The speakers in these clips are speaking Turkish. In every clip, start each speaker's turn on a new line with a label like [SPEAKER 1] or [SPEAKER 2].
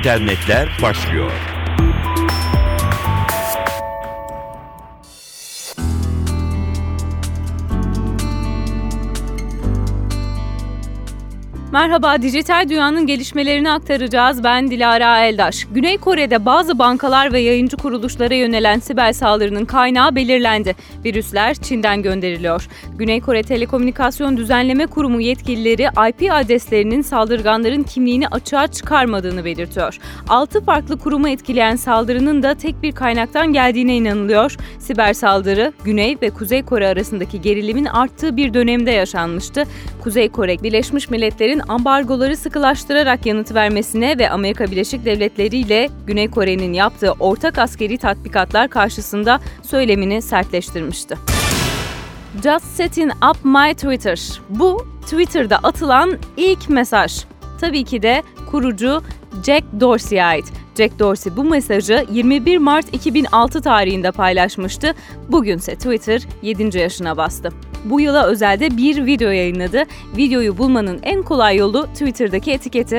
[SPEAKER 1] İnternetler başlıyor.
[SPEAKER 2] Merhaba, dijital dünyanın gelişmelerini aktaracağız. Ben Dilara Eldaş. Güney Kore'de bazı bankalar ve yayıncı kuruluşlara yönelen siber saldırının kaynağı belirlendi. Virüsler Çin'den gönderiliyor. Güney Kore Telekomünikasyon Düzenleme Kurumu yetkilileri IP adreslerinin saldırganların kimliğini açığa çıkarmadığını belirtiyor. 6 farklı kurumu etkileyen saldırının da tek bir kaynaktan geldiğine inanılıyor. Siber saldırı, Güney ve Kuzey Kore arasındaki gerilimin arttığı bir dönemde yaşanmıştı. Kuzey Kore, Birleşmiş Milletler'in ambargoları sıkılaştırarak yanıt vermesine ve Amerika Birleşik Devletleri ile Güney Kore'nin yaptığı ortak askeri tatbikatlar karşısında söylemini sertleştirmişti. Just setting up my Twitter. Bu Twitter'da atılan ilk mesaj. Tabii ki de kurucu Jack Dorsey'e ait. Jack Dorsey bu mesajı 21 Mart 2006 tarihinde paylaşmıştı. Bugünse Twitter 7. yaşına bastı. Bu yıla özelde bir video yayınladı. Videoyu bulmanın en kolay yolu Twitter'daki etiketi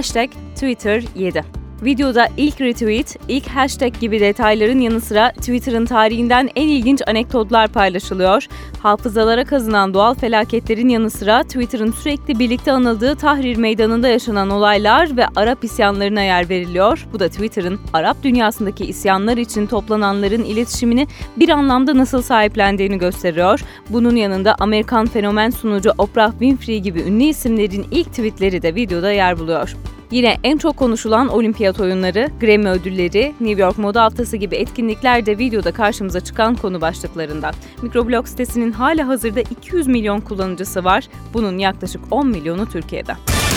[SPEAKER 2] #Twitter7. Videoda ilk retweet, ilk hashtag gibi detayların yanı sıra Twitter'ın tarihinden en ilginç anekdotlar paylaşılıyor. Hafızalara kazınan doğal felaketlerin yanı sıra Twitter'ın sürekli birlikte anıldığı Tahrir Meydanı'nda yaşanan olaylar ve Arap isyanlarına yer veriliyor. Bu da Twitter'ın Arap dünyasındaki isyanlar için toplananların iletişimini bir anlamda nasıl sahiplendiğini gösteriyor. Bunun yanında Amerikan fenomen sunucu Oprah Winfrey gibi ünlü isimlerin ilk tweetleri de videoda yer buluyor. Yine en çok konuşulan olimpiyat oyunları, Grammy ödülleri, New York Moda Haftası gibi etkinlikler de videoda karşımıza çıkan konu başlıklarından. Microblog sitesinin halihazırda 200 milyon kullanıcısı var. Bunun yaklaşık 10 milyonu Türkiye'de.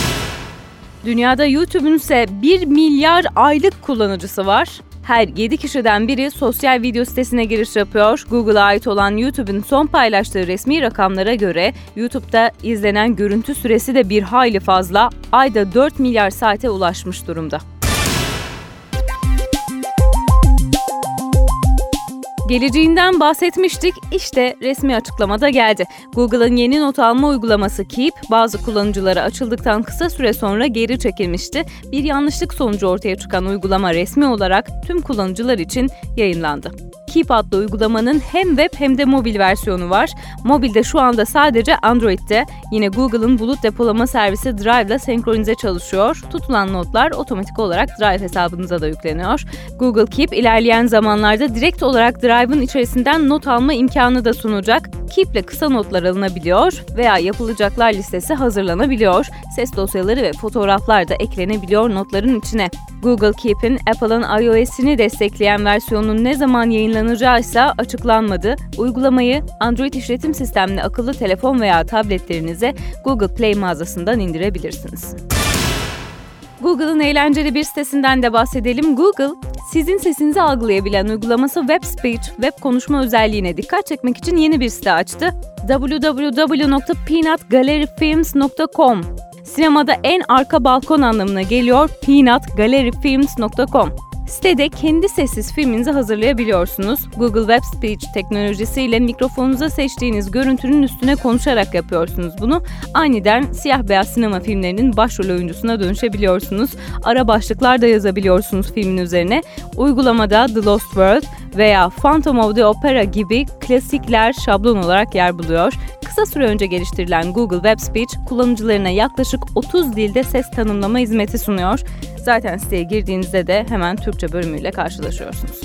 [SPEAKER 2] Dünyada YouTube'un ise 1 milyar aylık kullanıcısı var. Her 7 kişiden biri sosyal video sitesine giriş yapıyor. Google'a ait olan YouTube'un son paylaştığı resmi rakamlara göre YouTube'da izlenen görüntü süresi de bir hayli fazla. Ayda 4 milyar saate ulaşmış durumda. Geleceğinden bahsetmiştik, işte resmi açıklamada geldi. Google'ın yeni not alma uygulaması Keep, bazı kullanıcılara açıldıktan kısa süre sonra geri çekilmişti. Bir yanlışlık sonucu ortaya çıkan uygulama resmi olarak tüm kullanıcılar için yayınlandı. Keep adlı uygulamanın hem web hem de mobil versiyonu var. Mobilde şu anda sadece Android'de. Yine Google'ın bulut depolama servisi Drive ile senkronize çalışıyor. Tutulan notlar otomatik olarak Drive hesabınıza da yükleniyor. Google Keep ilerleyen zamanlarda direkt olarak Drive'ın içerisinden not alma imkanı da sunacak. Keep ile kısa notlar alınabiliyor veya yapılacaklar listesi hazırlanabiliyor. Ses dosyaları ve fotoğraflar da eklenebiliyor notların içine. Google Keep'in Apple'ın iOS'ini destekleyen versiyonun ne zaman yayınlanacağı ise açıklanmadı. Uygulamayı Android işletim sistemli akıllı telefon veya tabletlerinize Google Play mağazasından indirebilirsiniz. Google'ın eğlenceli bir sitesinden de bahsedelim. Google, sizin sesinizi algılayabilen uygulaması Web Speech, web konuşma özelliğine dikkat çekmek için yeni bir site açtı. www.peanutgalleryfilms.com. Sinemada en arka balkon anlamına geliyor peanutgalleryfilms.com. Sitede kendi sessiz filminizi hazırlayabiliyorsunuz. Google Web Speech teknolojisiyle mikrofonunuza seçtiğiniz görüntünün üstüne konuşarak yapıyorsunuz bunu. Aniden siyah beyaz sinema filmlerinin başrol oyuncusuna dönüşebiliyorsunuz. Ara başlıklar da yazabiliyorsunuz filmin üzerine. Uygulamada The Lost World veya Phantom of the Opera gibi klasikler şablon olarak yer buluyor. Kısa süre önce geliştirilen Google Web Speech kullanıcılarına yaklaşık 30 dilde ses tanımlama hizmeti sunuyor. Zaten siteye girdiğinizde de hemen Türkçe bölümüyle karşılaşıyorsunuz.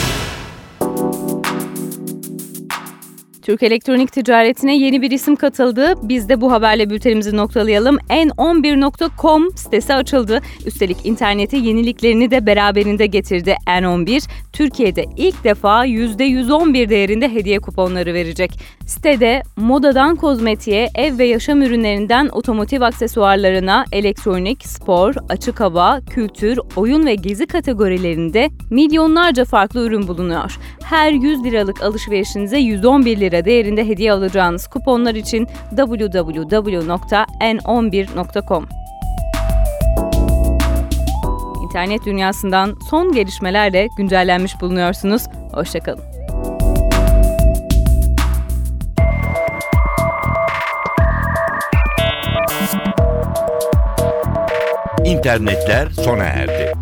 [SPEAKER 2] Türk elektronik ticaretine yeni bir isim katıldı. Biz de bu haberle bültenimizi noktalayalım. N11.com sitesi açıldı. Üstelik internete yeniliklerini de beraberinde getirdi. N11, Türkiye'de ilk defa %111 değerinde hediye kuponları verecek. Sitede modadan kozmetiğe, ev ve yaşam ürünlerinden otomotiv aksesuarlarına, elektronik, spor, açık hava, kültür, oyun ve gezi kategorilerinde milyonlarca farklı ürün bulunuyor. Her 100 liralık alışverişinize 111 lira değerinde hediye alacağınız kuponlar için www.n11.com. İnternet dünyasından son gelişmelerle güncellenmiş bulunuyorsunuz. Hoşçakalın.
[SPEAKER 1] İnternetler sona erdi.